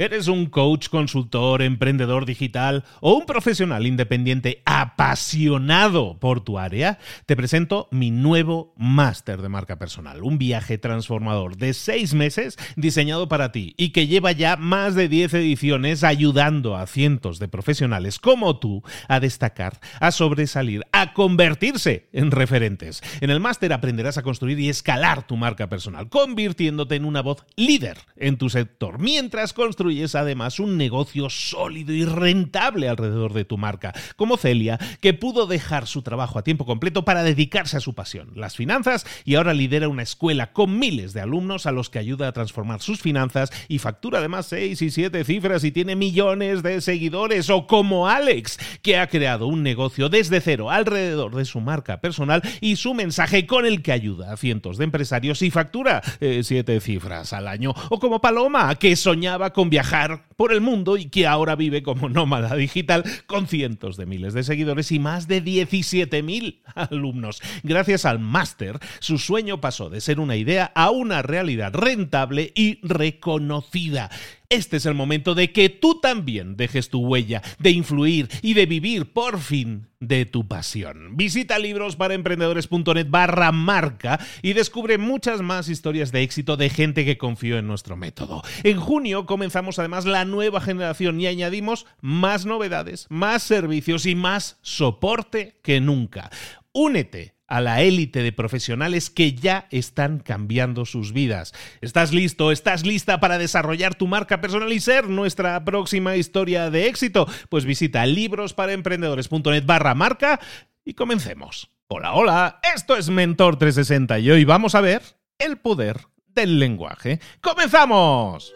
¿Eres un coach, consultor, emprendedor digital o un profesional independiente apasionado por tu área? Te presento mi nuevo máster de marca personal, un viaje transformador de 6 meses diseñado para ti y que lleva ya más de 10 ediciones ayudando a cientos de profesionales como tú a destacar, a sobresalir, a convertirse en referentes. En el máster aprenderás a construir y escalar tu marca personal, convirtiéndote en una voz líder en tu sector, mientras construyes además un negocio sólido y rentable alrededor de tu marca, como Celia, que pudo dejar su trabajo a tiempo completo para dedicarse a su pasión, las finanzas, y ahora lidera una escuela con miles de alumnos a los que ayuda a transformar sus finanzas y factura además 6 y 7 cifras y tiene millones de seguidores. O como Alex, que ha creado un negocio desde cero alrededor de su marca personal y su mensaje, con el que ayuda a cientos de empresarios y factura 7 cifras al año. O como Paloma, que soñaba con viajar por el mundo y que ahora vive como nómada digital con cientos de miles de seguidores y más de 17.000 alumnos. Gracias al máster, su sueño pasó de ser una idea a una realidad rentable y reconocida. Este es el momento de que tú también dejes tu huella, de influir y de vivir por fin de tu pasión. Visita librosparaemprendedores.net/marca y descubre muchas más historias de éxito de gente que confió en nuestro método. En junio comenzamos además la nueva generación y añadimos más novedades, más servicios y más soporte que nunca. Únete a la élite de profesionales que ya están cambiando sus vidas. ¿Estás listo? ¿Estás lista para desarrollar tu marca personal y ser nuestra próxima historia de éxito? Pues visita librosparaemprendedores.net/marca y comencemos. Hola, esto es Mentor 360 y hoy vamos a ver el poder del lenguaje. ¡Comenzamos!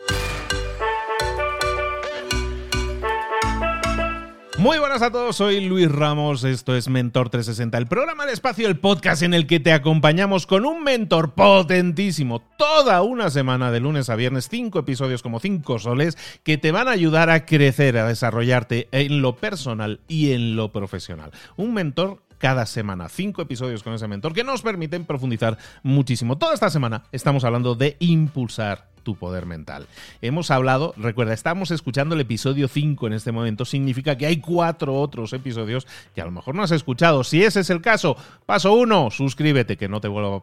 Muy buenas a todos, soy Luis Ramos, esto es Mentor 360, el programa del espacio, el podcast en el que te acompañamos con un mentor potentísimo toda una semana, de lunes a viernes, 5 episodios como 5 soles que te van a ayudar a crecer, a desarrollarte en lo personal y en lo profesional. Un mentor cada semana, 5 episodios con ese mentor que nos permiten profundizar muchísimo. Toda esta semana estamos hablando de impulsar tu poder mental. Hemos hablado, recuerda, estamos escuchando el episodio 5 en este momento, significa que hay 4 otros episodios que a lo mejor no has escuchado. Si ese es el caso, paso 1, suscríbete, que no te vuelva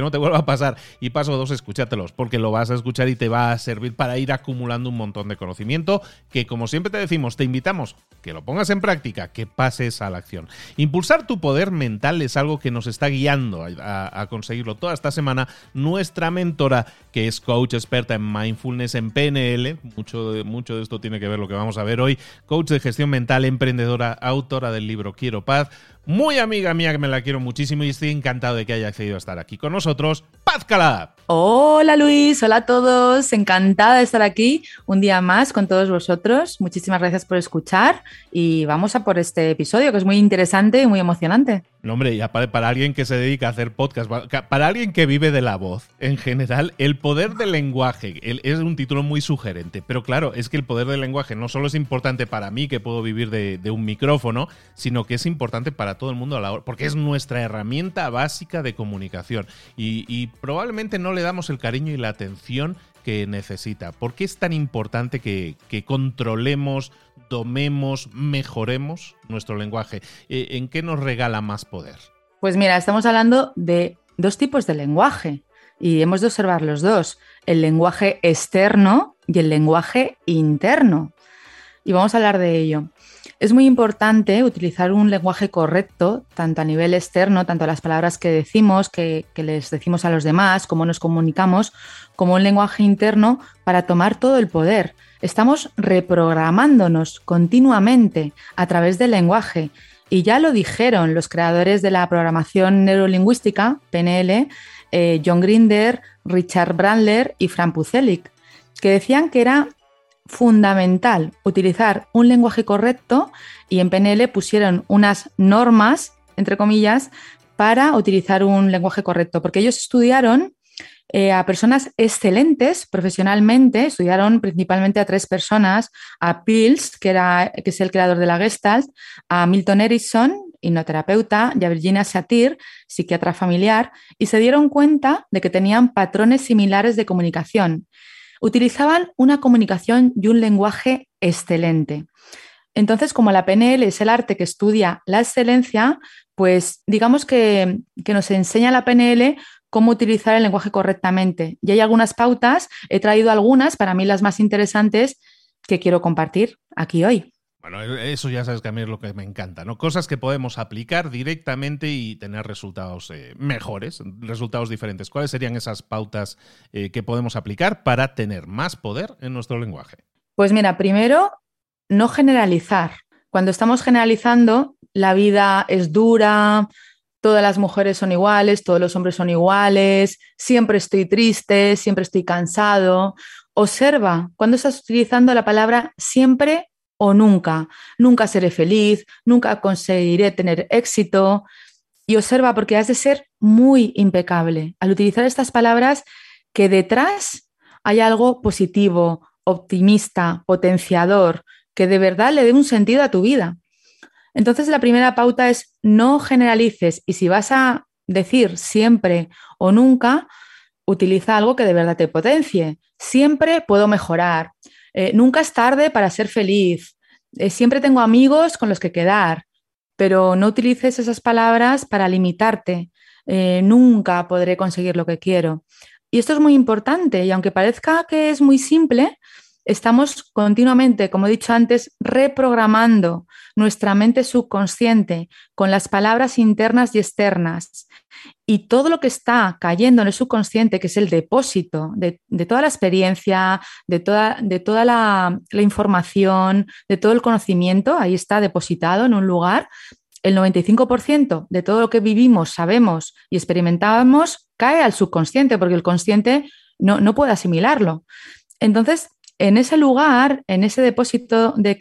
a pasar, y paso 2, escúchatelos, porque lo vas a escuchar y te va a servir para ir acumulando un montón de conocimiento que, como siempre te decimos, te invitamos que lo pongas en práctica, que pases a la acción. Impulsar tu poder mental es algo que nos está guiando a conseguirlo toda esta semana nuestra mentora, que es coach experta en mindfulness, en PNL, mucho de esto tiene que ver lo que vamos a ver hoy, coach de gestión mental, emprendedora, autora del libro Quiero Paz, muy amiga mía, que me la quiero muchísimo y estoy encantado de que haya accedido a estar aquí con nosotros, Paz Calab. Hola Luis, hola a todos, encantada de estar aquí un día más con todos vosotros, muchísimas gracias por escuchar y vamos a por este episodio que es muy interesante y muy emocionante. No, hombre, ya para alguien que se dedica a hacer podcast, para alguien que vive de la voz, en general, el poder del lenguaje es un título muy sugerente, pero claro, es que el poder del lenguaje no solo es importante para mí, que puedo vivir de un micrófono, sino que es importante para todo el mundo a la hora, porque es nuestra herramienta básica de comunicación y probablemente no le damos el cariño y la atención que necesita. ¿Por qué es tan importante que controlemos, domemos, mejoremos nuestro lenguaje? ¿En qué nos regala más poder? Pues mira, estamos hablando de 2 tipos de lenguaje y hemos de observar los dos, el lenguaje externo y el lenguaje interno. Y vamos a hablar de ello. Es muy importante utilizar un lenguaje correcto, tanto a nivel externo, tanto las palabras que decimos, que les decimos a los demás, cómo nos comunicamos, como un lenguaje interno para tomar todo el poder. Estamos reprogramándonos continuamente a través del lenguaje. Y ya lo dijeron los creadores de la programación neurolingüística, PNL, John Grinder, Richard Bandler y Frank Pucelik, que decían que era fundamental utilizar un lenguaje correcto y en PNL pusieron unas normas, entre comillas, para utilizar un lenguaje correcto, porque ellos estudiaron a personas excelentes profesionalmente, estudiaron principalmente a 3 personas, a Peels, que es el creador de la Gestalt, a Milton Erickson, hipnoterapeuta, y a Virginia Satir, psiquiatra familiar, y se dieron cuenta de que tenían patrones similares de comunicación. utilizaban una comunicación y un lenguaje excelente. Entonces, como la PNL es el arte que estudia la excelencia, pues digamos que nos enseña la PNL cómo utilizar el lenguaje correctamente. Y hay algunas pautas, he traído algunas, para mí las más interesantes, que quiero compartir aquí hoy. Bueno, eso ya sabes que a mí es lo que me encanta, ¿no? Cosas que podemos aplicar directamente y tener resultados mejores, resultados diferentes. ¿Cuáles serían esas pautas que podemos aplicar para tener más poder en nuestro lenguaje? Pues mira, primero, no generalizar. Cuando estamos generalizando, la vida es dura, todas las mujeres son iguales, todos los hombres son iguales, siempre estoy triste, siempre estoy cansado. Observa cuando estás utilizando la palabra siempre o nunca. Nunca seré feliz, nunca conseguiré tener éxito. Y observa porque has de ser muy impecable al utilizar estas palabras que detrás hay algo positivo, optimista, potenciador, que de verdad le dé un sentido a tu vida. Entonces, la primera pauta es no generalices y si vas a decir siempre o nunca, utiliza algo que de verdad te potencie. Siempre puedo mejorar. Nunca es tarde para ser feliz. Siempre tengo amigos con los que quedar, pero no utilices esas palabras para limitarte. Nunca podré conseguir lo que quiero. Y esto es muy importante y aunque parezca que es muy simple, estamos continuamente, como he dicho antes, reprogramando nuestra mente subconsciente con las palabras internas y externas. Y todo lo que está cayendo en el subconsciente, que es el depósito de toda la experiencia, de toda la información, de todo el conocimiento, ahí está depositado en un lugar. El 95% de todo lo que vivimos, sabemos y experimentamos cae al subconsciente, porque el consciente no puede asimilarlo. Entonces, en ese lugar, en ese depósito de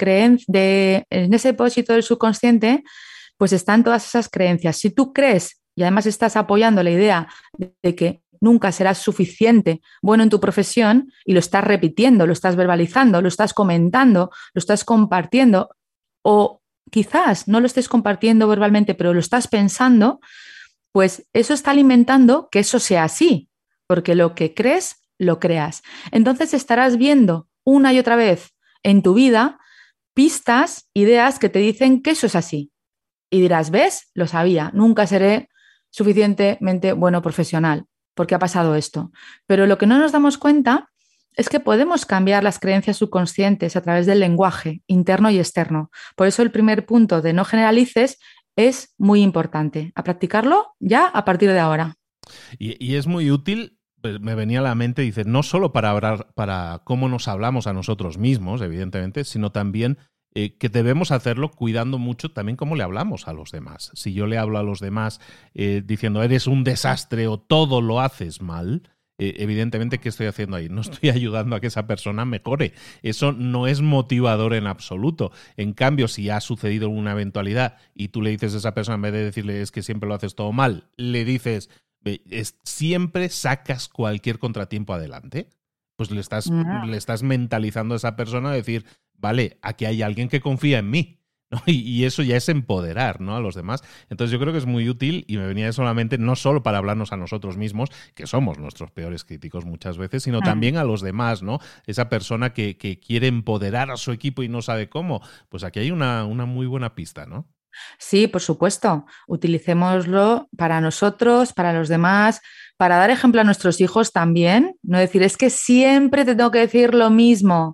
en ese depósito del subconsciente, pues están todas esas creencias. Si tú crees y además estás apoyando la idea de que nunca serás suficiente bueno en tu profesión y lo estás repitiendo, lo estás verbalizando, lo estás comentando, lo estás compartiendo o quizás no lo estés compartiendo verbalmente, pero lo estás pensando, pues eso está alimentando que eso sea así, porque lo que crees, lo creas. Entonces estarás viendo una y otra vez en tu vida pistas, ideas que te dicen que eso es así. Y dirás, ¿ves? Lo sabía, nunca seré suficientemente bueno profesional porque ha pasado esto. Pero lo que no nos damos cuenta es que podemos cambiar las creencias subconscientes a través del lenguaje interno y externo. Por eso el primer punto de no generalices es muy importante. A practicarlo ya a partir de ahora. Y es muy útil. Pues me venía a la mente, dice, no solo para hablar, para cómo nos hablamos a nosotros mismos, evidentemente, sino también que debemos hacerlo cuidando mucho también cómo le hablamos a los demás. Si yo le hablo a los demás diciendo eres un desastre o todo lo haces mal, evidentemente, ¿qué estoy haciendo ahí? No estoy ayudando a que esa persona mejore. Eso no es motivador en absoluto. En cambio, si ha sucedido una eventualidad y tú le dices a esa persona, en vez de decirle es que siempre lo haces todo mal, le dices siempre sacas cualquier contratiempo adelante, pues le estás mentalizando a esa persona a decir, vale, aquí hay alguien que confía en mí, ¿no? Y eso ya es empoderar, ¿no?, a los demás. Entonces yo creo que es muy útil y me venía solamente no solo para hablarnos a nosotros mismos, que somos nuestros peores críticos muchas veces, sino también a los demás, ¿no? Esa persona que quiere empoderar a su equipo y no sabe cómo. Pues aquí hay una muy buena pista, ¿no? Sí, por supuesto. Utilicémoslo para nosotros, para los demás, para dar ejemplo a nuestros hijos también. No decir, es que siempre te tengo que decir lo mismo.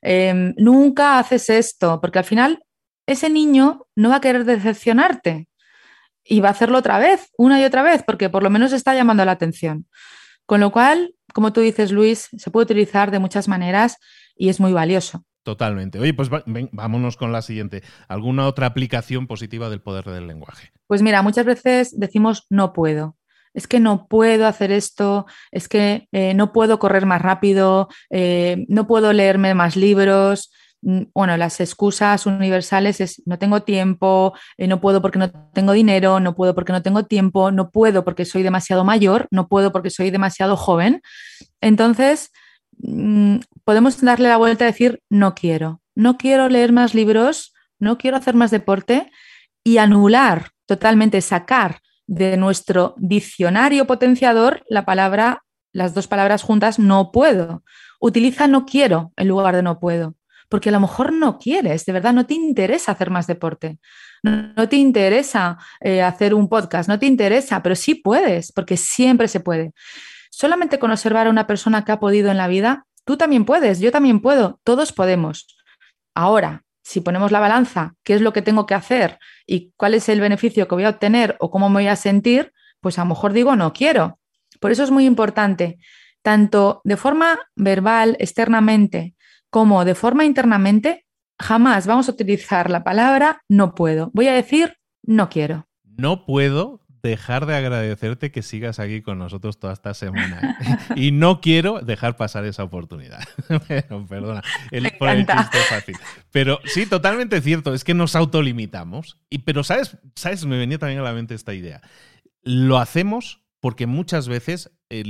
Nunca haces esto, porque al final ese niño no va a querer decepcionarte y va a hacerlo otra vez, una y otra vez, porque por lo menos está llamando la atención. Con lo cual, como tú dices, Luis, se puede utilizar de muchas maneras y es muy valioso. Totalmente. Oye, pues vámonos con la siguiente. ¿Alguna otra aplicación positiva del poder del lenguaje? Pues mira, muchas veces decimos no puedo. Es que no puedo hacer esto, es que no puedo correr más rápido, no puedo leerme más libros. Bueno, las excusas universales es no tengo tiempo, no puedo porque no tengo dinero, no puedo porque no tengo tiempo, no puedo porque soy demasiado mayor, no puedo porque soy demasiado joven. Entonces, podemos darle la vuelta y decir no quiero leer más libros, no quiero hacer más deporte y anular totalmente, sacar de nuestro diccionario potenciador las dos palabras juntas no puedo. Utiliza no quiero en lugar de no puedo, porque a lo mejor no quieres, de verdad no te interesa hacer más deporte, no te interesa hacer un podcast, no te interesa, pero sí puedes, porque siempre se puede. Solamente con observar a una persona que ha podido en la vida, tú también puedes, yo también puedo, todos podemos. Ahora, si ponemos la balanza, qué es lo que tengo que hacer y cuál es el beneficio que voy a obtener o cómo me voy a sentir, pues a lo mejor digo no quiero. Por eso es muy importante, tanto de forma verbal, externamente, como de forma internamente, jamás vamos a utilizar la palabra no puedo. Voy a decir no quiero. No puedo dejar de agradecerte que sigas aquí con nosotros toda esta semana. Y no quiero dejar pasar esa oportunidad. Pero, perdona, por el chiste fácil. Pero sí, totalmente cierto, es que nos autolimitamos. Pero ¿sabes? Me venía también a la mente esta idea. Lo hacemos porque muchas veces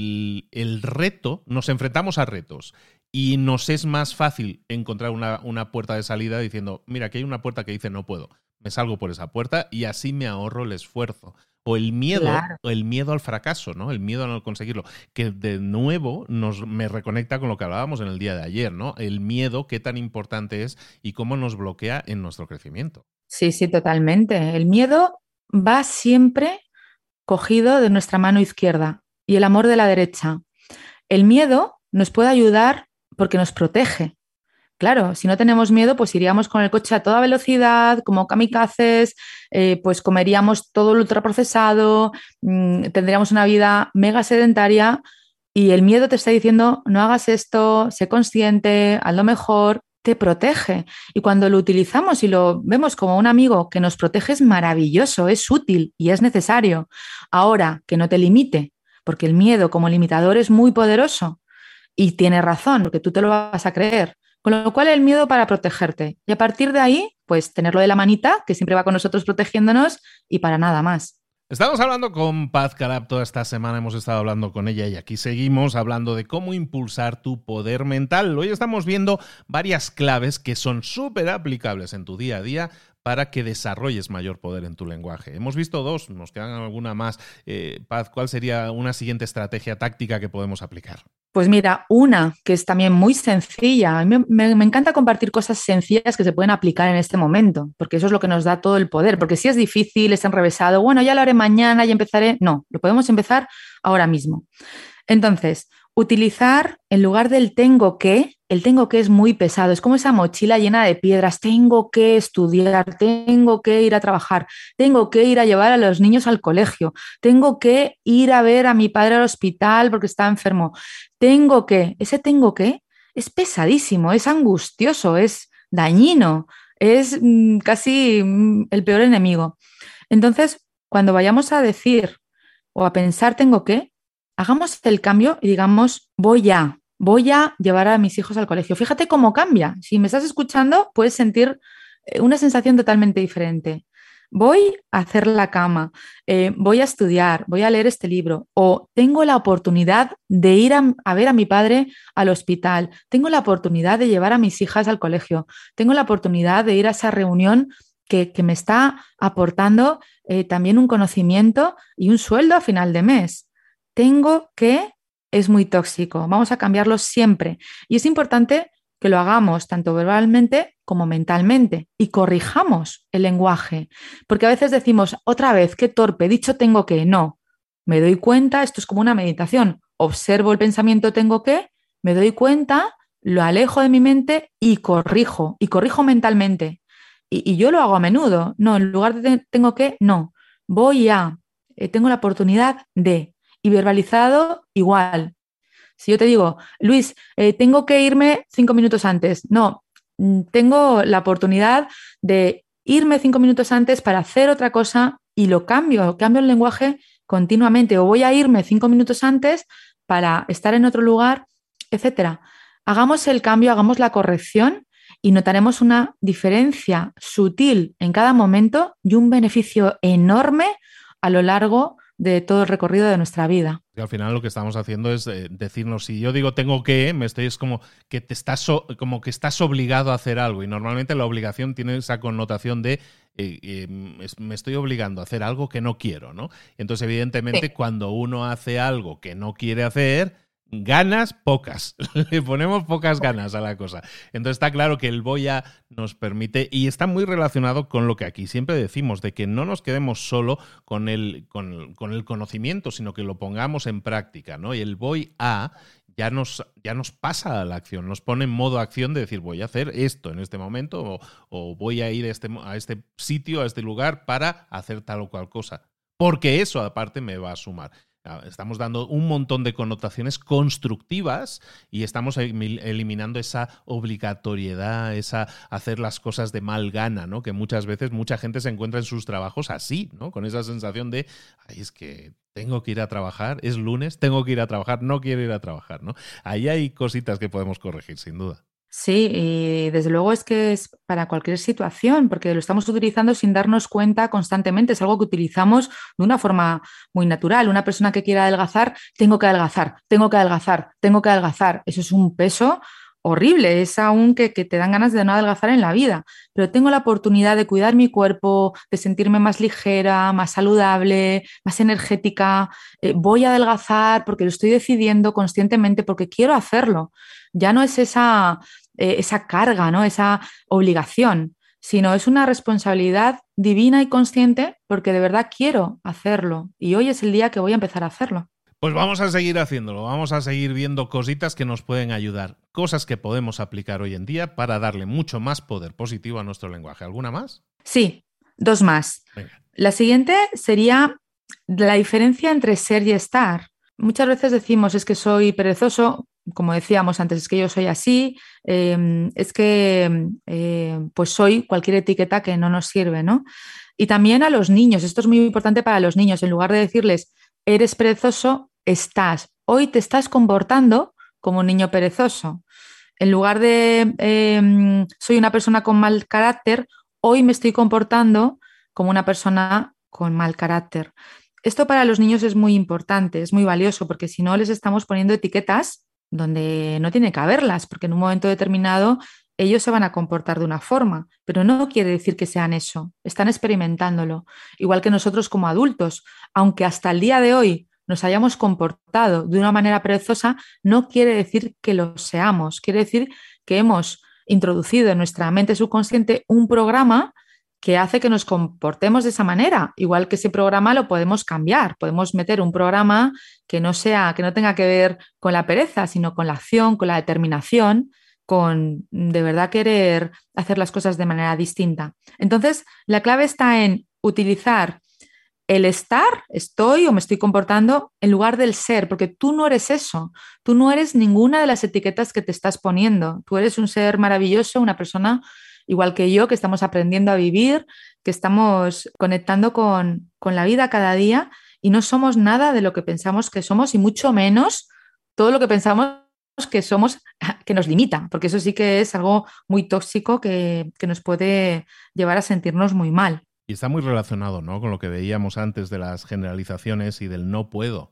el reto, nos enfrentamos a retos y nos es más fácil encontrar una puerta de salida diciendo, mira, aquí hay una puerta que dice no puedo. Me salgo por esa puerta y así me ahorro el esfuerzo. O el miedo, claro. El miedo al fracaso, ¿no? El miedo a no conseguirlo. Que de nuevo me reconecta con lo que hablábamos en el día de ayer, ¿no? El miedo, qué tan importante es y cómo nos bloquea en nuestro crecimiento. Sí, sí, totalmente. El miedo va siempre cogido de nuestra mano izquierda y el amor de la derecha. El miedo nos puede ayudar porque nos protege. Claro, si no tenemos miedo, pues iríamos con el coche a toda velocidad, como kamikazes, pues comeríamos todo el ultraprocesado, tendríamos una vida mega sedentaria y el miedo te está diciendo, no hagas esto, sé consciente, haz lo mejor, te protege. Y cuando lo utilizamos y lo vemos como un amigo que nos protege es maravilloso, es útil y es necesario. Ahora, que no te limite, porque el miedo como limitador es muy poderoso y tiene razón, porque tú te lo vas a creer. Con lo cual el miedo para protegerte. Y a partir de ahí, pues tenerlo de la manita, que siempre va con nosotros protegiéndonos y para nada más. Estamos hablando con Paz Calab toda esta semana, hemos estado hablando con ella y aquí seguimos hablando de cómo impulsar tu poder mental. Hoy estamos viendo varias claves que son súper aplicables en tu día a día para que desarrolles mayor poder en tu lenguaje. Hemos visto dos, nos quedan alguna más. Paz, ¿cuál sería una siguiente estrategia táctica que podemos aplicar? Pues mira, una que es también muy sencilla. A mí me encanta compartir cosas sencillas que se pueden aplicar en este momento, porque eso es lo que nos da todo el poder. Porque si es difícil, es enrevesado, bueno, ya lo haré mañana y empezaré. No, lo podemos empezar ahora mismo. Entonces, utilizar en lugar del tengo que, el tengo que es muy pesado, es como esa mochila llena de piedras, tengo que estudiar, tengo que ir a trabajar, tengo que ir a llevar a los niños al colegio, tengo que ir a ver a mi padre al hospital porque está enfermo, ese tengo que es pesadísimo, es angustioso, es dañino, es casi el peor enemigo. Entonces, cuando vayamos a decir o a pensar tengo que, hagamos el cambio y digamos voy a llevar a mis hijos al colegio. Fíjate cómo cambia. Si me estás escuchando, puedes sentir una sensación totalmente diferente. Voy a hacer la cama, voy a estudiar, voy a leer este libro o tengo la oportunidad de ir a ver a mi padre al hospital, tengo la oportunidad de llevar a mis hijas al colegio, tengo la oportunidad de ir a esa reunión que me está aportando también un conocimiento y un sueldo a final de mes. Tengo que es muy tóxico, vamos a cambiarlo siempre y es importante que lo hagamos tanto verbalmente como mentalmente y corrijamos el lenguaje, porque a veces decimos otra vez, qué torpe, dicho tengo que, no, me doy cuenta, esto es como una meditación, observo el pensamiento tengo que, me doy cuenta, lo alejo de mi mente y corrijo mentalmente y yo lo hago a menudo, no, en lugar de tengo que, no, voy a, tengo la oportunidad de y verbalizado igual. Si yo te digo, Luis, tengo que irme 5 minutos antes. No, tengo la oportunidad de irme 5 minutos antes para hacer otra cosa y lo cambio el lenguaje continuamente. O voy a irme 5 minutos antes para estar en otro lugar, etcétera. Hagamos el cambio, hagamos la corrección y notaremos una diferencia sutil en cada momento y un beneficio enorme a lo largo de todo el recorrido de nuestra vida. Y al final lo que estamos haciendo es decirnos, si yo digo tengo que, es como que como que estás obligado a hacer algo y normalmente la obligación tiene esa connotación de me estoy obligando a hacer algo que no quiero, ¿no? Entonces evidentemente sí. Cuando uno hace algo que no quiere hacer, ganas pocas, le ponemos pocas ganas a la cosa. Entonces está claro que el voy a nos permite, y está muy relacionado con lo que aquí siempre decimos, de que no nos quedemos solo con el conocimiento, sino que lo pongamos en práctica, ¿no? Y el voy a ya nos pasa a la acción, nos pone en modo acción de decir voy a hacer esto en este momento o voy a ir a este sitio, a este lugar para hacer tal o cual cosa. Porque eso aparte me va a sumar. Estamos dando un montón de connotaciones constructivas y estamos eliminando esa obligatoriedad, esa hacer las cosas de mal gana, ¿no? Que muchas veces mucha gente se encuentra en sus trabajos así, ¿no? Con esa sensación de, ay, es que tengo que ir a trabajar, es lunes, tengo que ir a trabajar, no quiero ir a trabajar, ¿no? Ahí hay cositas que podemos corregir, sin duda. Sí, y desde luego es que es para cualquier situación, porque lo estamos utilizando sin darnos cuenta constantemente. Es algo que utilizamos de una forma muy natural. Una persona que quiera adelgazar, tengo que adelgazar, tengo que adelgazar, tengo que adelgazar. Eso es un peso horrible, es aún que te dan ganas de no adelgazar en la vida. Pero tengo la oportunidad de cuidar mi cuerpo, de sentirme más ligera, más saludable, más energética. Voy a adelgazar porque lo estoy decidiendo conscientemente, porque quiero hacerlo. Ya no es esa carga, ¿no? Esa obligación, sino es una responsabilidad divina y consciente porque de verdad quiero hacerlo y hoy es el día que voy a empezar a hacerlo. Pues vamos a seguir haciéndolo, vamos a seguir viendo cositas que nos pueden ayudar, cosas que podemos aplicar hoy en día para darle mucho más poder positivo a nuestro lenguaje. ¿Alguna más? Sí, dos más. Venga. La siguiente sería la diferencia entre ser y estar. Muchas veces decimos es que soy perezoso, como decíamos antes, es que yo soy así, es que pues soy cualquier etiqueta que no nos sirve, ¿no? Y también a los niños, esto es muy importante para los niños, en lugar de decirles eres perezoso, hoy te estás comportando como un niño perezoso. En lugar de soy una persona con mal carácter, hoy me estoy comportando como una persona con mal carácter. Esto para los niños es muy importante, es muy valioso, porque si no les estamos poniendo etiquetas donde no tiene que haberlas, porque en un momento determinado ellos se van a comportar de una forma, pero no quiere decir que sean eso, están experimentándolo, igual que nosotros como adultos, aunque hasta el día de hoy nos hayamos comportado de una manera perezosa, no quiere decir que lo seamos, quiere decir que hemos introducido en nuestra mente subconsciente un programa que hace que nos comportemos de esa manera. Igual que ese programa lo podemos cambiar, podemos meter un programa que no tenga que ver con la pereza, sino con la acción, con la determinación, con de verdad querer hacer las cosas de manera distinta. Entonces, la clave está en utilizar el estar, estoy o me estoy comportando en lugar del ser, porque tú no eres eso, tú no eres ninguna de las etiquetas que te estás poniendo, tú eres un ser maravilloso, una persona igual que yo, que estamos aprendiendo a vivir, que estamos conectando con la vida cada día y no somos nada de lo que pensamos que somos y mucho menos todo lo que pensamos que somos, que nos limita, porque eso sí que es algo muy tóxico que nos puede llevar a sentirnos muy mal. Y está muy relacionado, ¿no? Con lo que veíamos antes de las generalizaciones y del no puedo,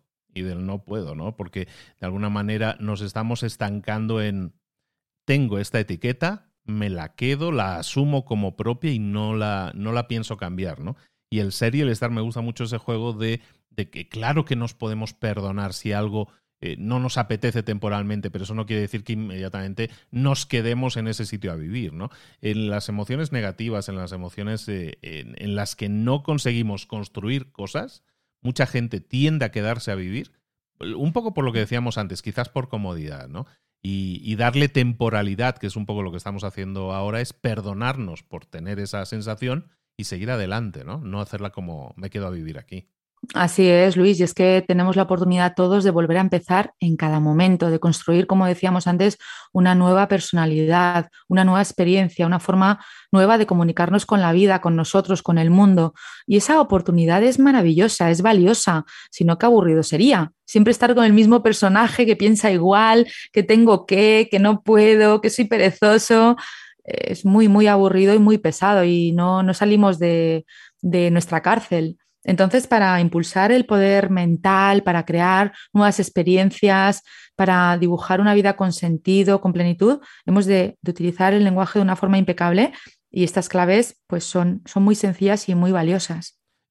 ¿no? Porque de alguna manera nos estamos estancando en tengo esta etiqueta, me la quedo, la asumo como propia y no la pienso cambiar, ¿no? Y el ser y el estar, me gusta mucho ese juego de que claro que nos podemos perdonar si algo no nos apetece temporalmente, pero eso no quiere decir que inmediatamente nos quedemos en ese sitio a vivir, ¿no? En las emociones negativas, en las emociones en las que no conseguimos construir cosas, mucha gente tiende a quedarse a vivir, un poco por lo que decíamos antes, quizás por comodidad, ¿no? Y darle temporalidad, que es un poco lo que estamos haciendo ahora, es perdonarnos por tener esa sensación y seguir adelante, ¿no? No hacerla como me quedo a vivir aquí. Así es, Luis, y es que tenemos la oportunidad todos de volver a empezar en cada momento, de construir, como decíamos antes, una nueva personalidad, una nueva experiencia, una forma nueva de comunicarnos con la vida, con nosotros, con el mundo. Y esa oportunidad es maravillosa, es valiosa, sino qué aburrido sería. Siempre estar con el mismo personaje que piensa igual, que tengo que no puedo, que soy perezoso. Es muy, muy aburrido y muy pesado y no salimos de nuestra cárcel. Entonces, para impulsar el poder mental, para crear nuevas experiencias, para dibujar una vida con sentido, con plenitud, hemos de utilizar el lenguaje de una forma impecable y estas claves pues son muy sencillas y muy valiosas.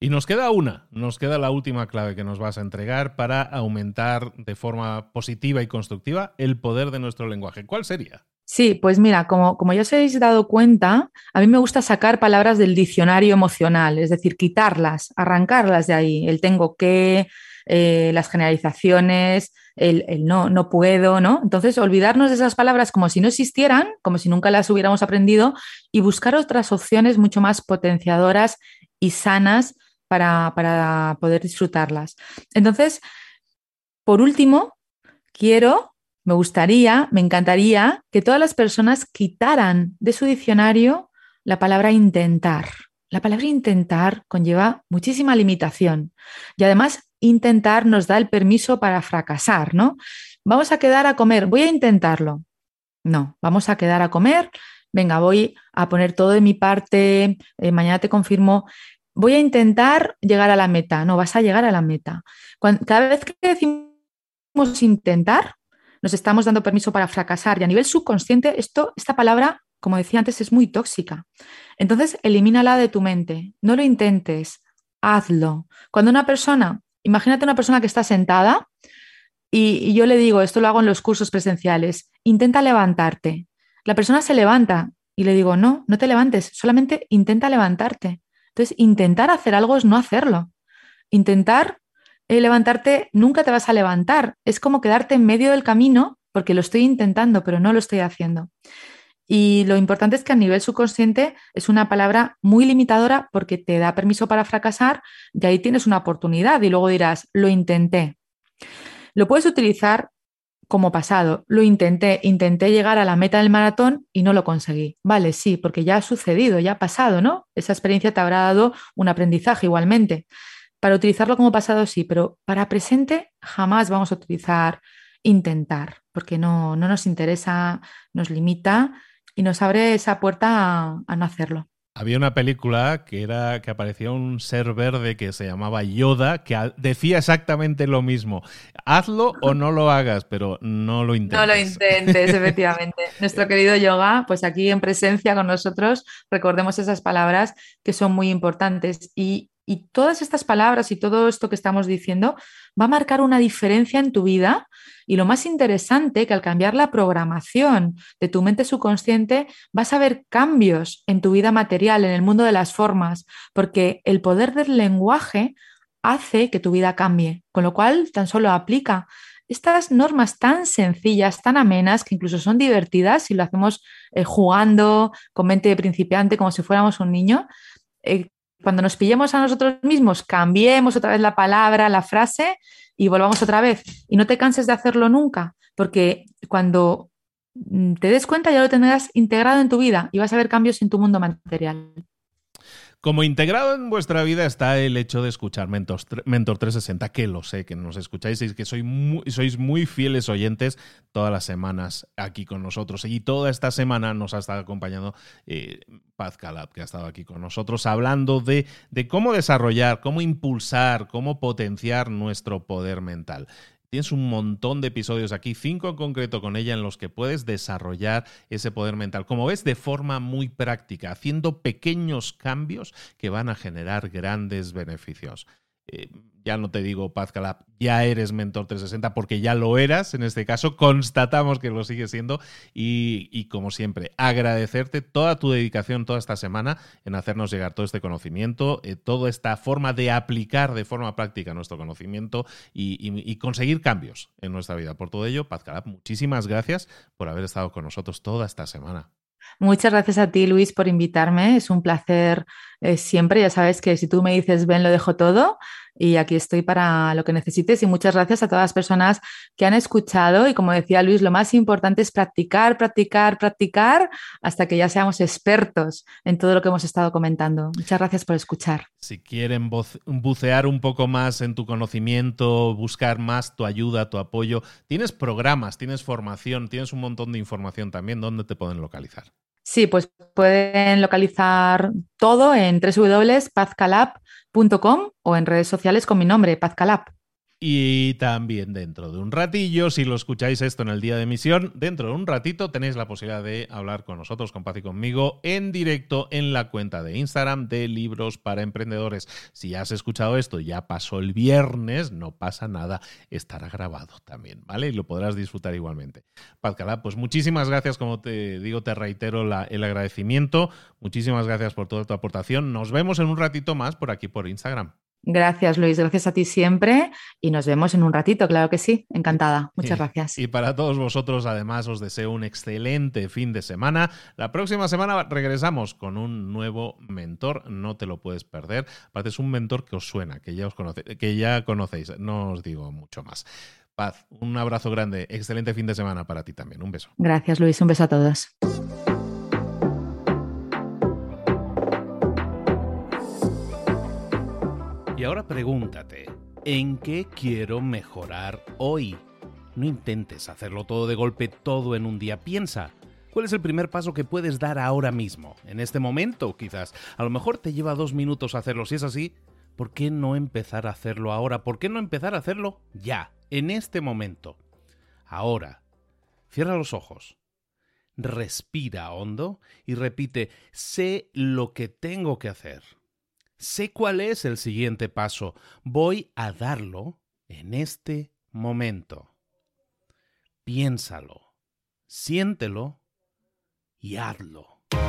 Y nos queda la última clave que nos vas a entregar para aumentar de forma positiva y constructiva el poder de nuestro lenguaje. ¿Cuál sería? Sí, pues mira, como ya os habéis dado cuenta, a mí me gusta sacar palabras del diccionario emocional, es decir, quitarlas, arrancarlas de ahí, el tengo que, las generalizaciones, el no, no puedo, ¿no? Entonces, olvidarnos de esas palabras como si no existieran, como si nunca las hubiéramos aprendido y buscar otras opciones mucho más potenciadoras y sanas para poder disfrutarlas. Entonces, por último, me gustaría, me encantaría que todas las personas quitaran de su diccionario la palabra intentar. La palabra intentar conlleva muchísima limitación y además intentar nos da el permiso para fracasar, ¿no? Vamos a quedar a comer, voy a intentarlo. No, vamos a quedar a comer, venga, voy a poner todo de mi parte, mañana te confirmo, voy a intentar llegar a la meta. No, vas a llegar a la meta. Cada vez que decimos intentar, nos estamos dando permiso para fracasar y a nivel subconsciente esta palabra, como decía antes, es muy tóxica. Entonces, elimínala de tu mente, no lo intentes, hazlo. Cuando imagínate una persona que está sentada y yo le digo, esto lo hago en los cursos presenciales, intenta levantarte. La persona se levanta y le digo, no, no te levantes, solamente intenta levantarte. Entonces, intentar hacer algo es no hacerlo. Intentar levantarte, nunca te vas a levantar. Es como quedarte en medio del camino porque lo estoy intentando, pero no lo estoy haciendo. Y lo importante es que a nivel subconsciente es una palabra muy limitadora porque te da permiso para fracasar y ahí tienes una oportunidad y luego dirás, lo intenté. Lo puedes utilizar como pasado. Lo intenté llegar a la meta del maratón y no lo conseguí. Vale, sí, porque ya ha sucedido, ya ha pasado, ¿no? Esa experiencia te habrá dado un aprendizaje igualmente. Para utilizarlo como pasado sí, pero para presente jamás vamos a utilizar intentar, porque no nos interesa, nos limita y nos abre esa puerta a no hacerlo. Había una película que aparecía un ser verde que se llamaba Yoda, que decía exactamente lo mismo. Hazlo o no lo hagas, pero no lo intentes. No lo intentes, efectivamente. Nuestro querido yoga, pues aquí en presencia con nosotros, recordemos esas palabras que son muy importantes y todas estas palabras y todo esto que estamos diciendo va a marcar una diferencia en tu vida y lo más interesante que al cambiar la programación de tu mente subconsciente vas a ver cambios en tu vida material, en el mundo de las formas, porque el poder del lenguaje hace que tu vida cambie, con lo cual tan solo aplica estas normas tan sencillas, tan amenas, que incluso son divertidas si lo hacemos jugando con mente de principiante como si fuéramos un niño. eh, Cuando nos pillemos a nosotros mismos, cambiemos otra vez la palabra, la frase y volvamos otra vez. Y no te canses de hacerlo nunca, porque cuando te des cuenta ya lo tendrás integrado en tu vida y vas a ver cambios en tu mundo material. Como integrado en vuestra vida está el hecho de escuchar Mentor 360, que lo sé, que nos escucháis y que sois muy fieles oyentes todas las semanas aquí con nosotros. Y toda esta semana nos ha estado acompañando Paz Calab, que ha estado aquí con nosotros hablando de cómo desarrollar, cómo impulsar, cómo potenciar nuestro poder mental. Tienes un montón de episodios aquí, 5 en concreto con ella, en los que puedes desarrollar ese poder mental. Como ves, de forma muy práctica, haciendo pequeños cambios que van a generar grandes beneficios. Ya no te digo, Paz Calab, ya eres Mentor 360 porque ya lo eras, en este caso constatamos que lo sigues siendo y como siempre, agradecerte toda tu dedicación toda esta semana en hacernos llegar todo este conocimiento, toda esta forma de aplicar de forma práctica nuestro conocimiento y conseguir cambios en nuestra vida. Por todo ello, Paz Calab, muchísimas gracias por haber estado con nosotros toda esta semana. Muchas gracias a ti, Luis, por invitarme. Es un placer siempre. Ya sabes que si tú me dices ven, lo dejo todo y aquí estoy para lo que necesites. Y muchas gracias a todas las personas que han escuchado. Y como decía Luis, lo más importante es practicar, practicar, practicar hasta que ya seamos expertos en todo lo que hemos estado comentando. Muchas gracias por escuchar. Si quieren bucear un poco más en tu conocimiento, buscar más tu ayuda, tu apoyo, tienes programas, tienes formación, tienes un montón de información también. ¿Dónde te pueden localizar? Sí, pues pueden localizar todo en www.pazcalab.com o en redes sociales con mi nombre, Paz Calab. Y también dentro de un ratillo, si lo escucháis esto en el día de emisión, dentro de un ratito tenéis la posibilidad de hablar con nosotros, con Paz y conmigo, en directo en la cuenta de Instagram de Libros para Emprendedores. Si ya has escuchado esto, ya pasó el viernes, no pasa nada, estará grabado también, ¿vale? Y lo podrás disfrutar igualmente. Paz Calá, pues muchísimas gracias, como te digo, te reitero el agradecimiento. Muchísimas gracias por toda tu aportación. Nos vemos en un ratito más por aquí por Instagram. Gracias, Luis. Gracias a ti siempre y nos vemos en un ratito, claro que sí. Encantada. Muchas gracias. Y para todos vosotros, además, os deseo un excelente fin de semana. La próxima semana regresamos con un nuevo mentor. No te lo puedes perder. Aparte, es un mentor que os suena, que ya conocéis. No os digo mucho más. Paz, un abrazo grande. Excelente fin de semana para ti también. Un beso. Gracias, Luis. Un beso a todos. Y ahora pregúntate, ¿en qué quiero mejorar hoy? No intentes hacerlo todo de golpe, todo en un día. Piensa, ¿cuál es el primer paso que puedes dar ahora mismo? En este momento, quizás. A lo mejor te lleva 2 minutos hacerlo. Si es así, ¿por qué no empezar a hacerlo ahora? ¿Por qué no empezar a hacerlo ya, en este momento? Ahora, cierra los ojos, respira hondo y repite, sé lo que tengo que hacer. Sé cuál es el siguiente paso. Voy a darlo en este momento. Piénsalo, siéntelo y hazlo.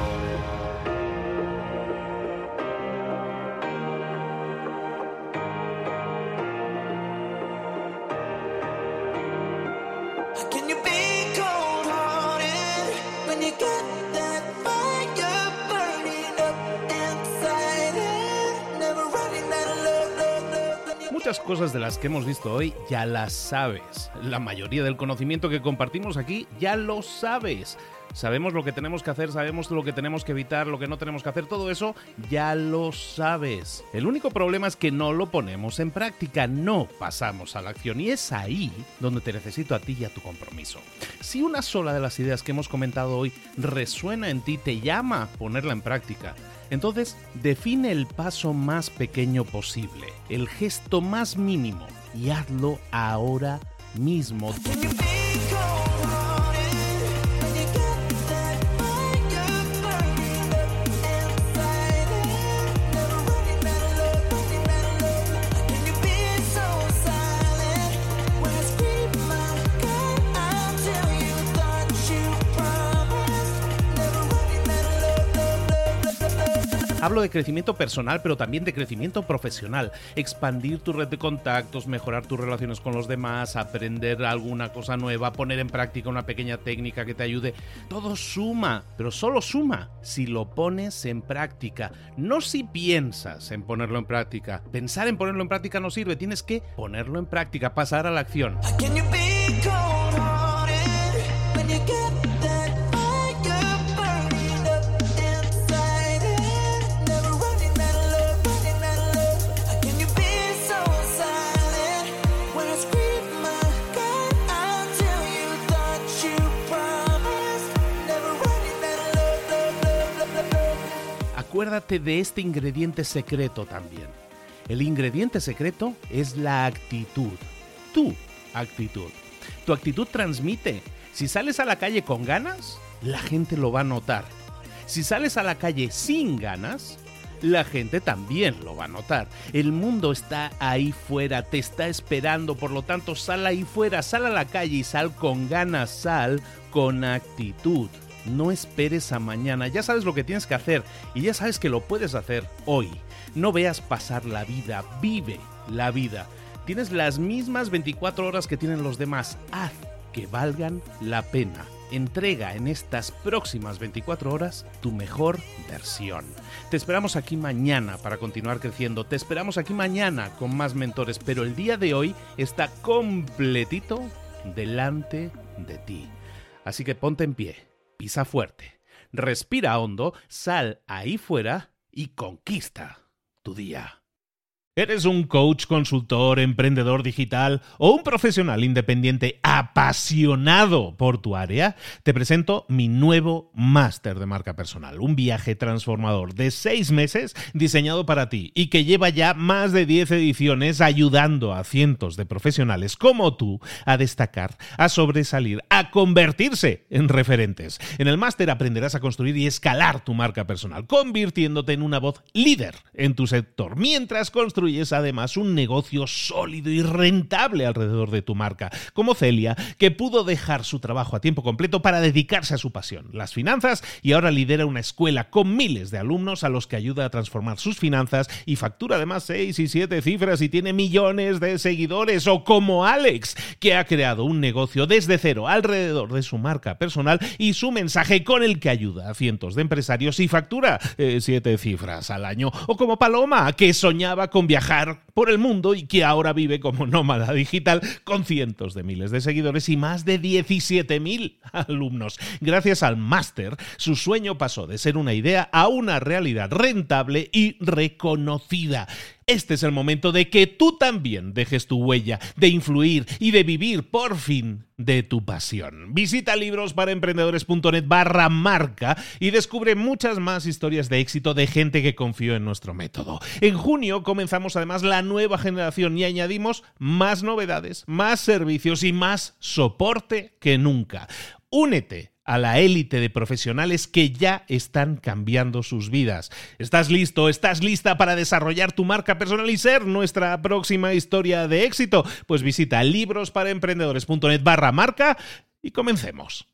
Muchas cosas de las que hemos visto hoy ya las sabes. La mayoría del conocimiento que compartimos aquí ya lo sabes. Sabemos lo que tenemos que hacer, sabemos lo que tenemos que evitar, lo que no tenemos que hacer, todo eso ya lo sabes. El único problema es que no lo ponemos en práctica, no pasamos a la acción y es ahí donde te necesito a ti y a tu compromiso. Si una sola de las ideas que hemos comentado hoy resuena en ti, te llama a ponerla en práctica, entonces define el paso más pequeño posible, el gesto más mínimo y hazlo ahora mismo. Hablo de crecimiento personal, pero también de crecimiento profesional. Expandir tu red de contactos, mejorar tus relaciones con los demás, aprender alguna cosa nueva, poner en práctica una pequeña técnica que te ayude. Todo suma, pero solo suma si lo pones en práctica. No si piensas en ponerlo en práctica. Pensar en ponerlo en práctica no sirve. Tienes que ponerlo en práctica, pasar a la acción. Acuérdate de este ingrediente secreto también. El ingrediente secreto es la actitud. Tu actitud. Tu actitud transmite. Si sales a la calle con ganas, la gente lo va a notar. Si sales a la calle sin ganas, la gente también lo va a notar. El mundo está ahí fuera, te está esperando, por lo tanto sal ahí fuera, sal a la calle y sal con ganas, sal con actitud. No esperes a mañana, ya sabes lo que tienes que hacer y ya sabes que lo puedes hacer hoy. No veas pasar la vida, vive la vida. Tienes las mismas 24 horas que tienen los demás, haz que valgan la pena. Entrega en estas próximas 24 horas tu mejor versión. Te esperamos aquí mañana para continuar creciendo, te esperamos aquí mañana con más mentores, pero el día de hoy está completito delante de ti. Así que ponte en pie. Pisa fuerte, respira hondo, sal ahí fuera y conquista tu día. ¿Eres un coach, consultor, emprendedor digital o un profesional independiente apasionado por tu área? Te presento mi nuevo máster de marca personal, un viaje transformador de 6 meses diseñado para ti y que lleva ya más de 10 ediciones ayudando a cientos de profesionales como tú a destacar, a sobresalir, a convertirse en referentes. En el máster aprenderás a construir y escalar tu marca personal, convirtiéndote en una voz líder en tu sector, mientras construyes además un negocio sólido y rentable alrededor de tu marca, como Celia, que pudo dejar su trabajo a tiempo completo para dedicarse a su pasión, las finanzas, y ahora lidera una escuela con miles de alumnos a los que ayuda a transformar sus finanzas y factura además 6 y 7 cifras y tiene millones de seguidores, o como Alex, que ha creado un negocio desde cero alrededor de su marca personal y su mensaje, con el que ayuda a cientos de empresarios y factura 7 cifras al año, o como Paloma, que soñaba con viajar por el mundo y que ahora vive como nómada digital con cientos de miles de seguidores y más de 17.000 alumnos. Gracias al máster, su sueño pasó de ser una idea a una realidad rentable y reconocida. Este es el momento de que tú también dejes tu huella, de influir y de vivir por fin de tu pasión. Visita librosparaemprendedores.net/marca y descubre muchas más historias de éxito de gente que confió en nuestro método. En junio comenzamos además la nueva generación y añadimos más novedades, más servicios y más soporte que nunca. Únete a la élite de profesionales que ya están cambiando sus vidas. ¿Estás listo? ¿Estás lista para desarrollar tu marca personal y ser nuestra próxima historia de éxito? Pues visita librosparaemprendedores.net/marca y comencemos.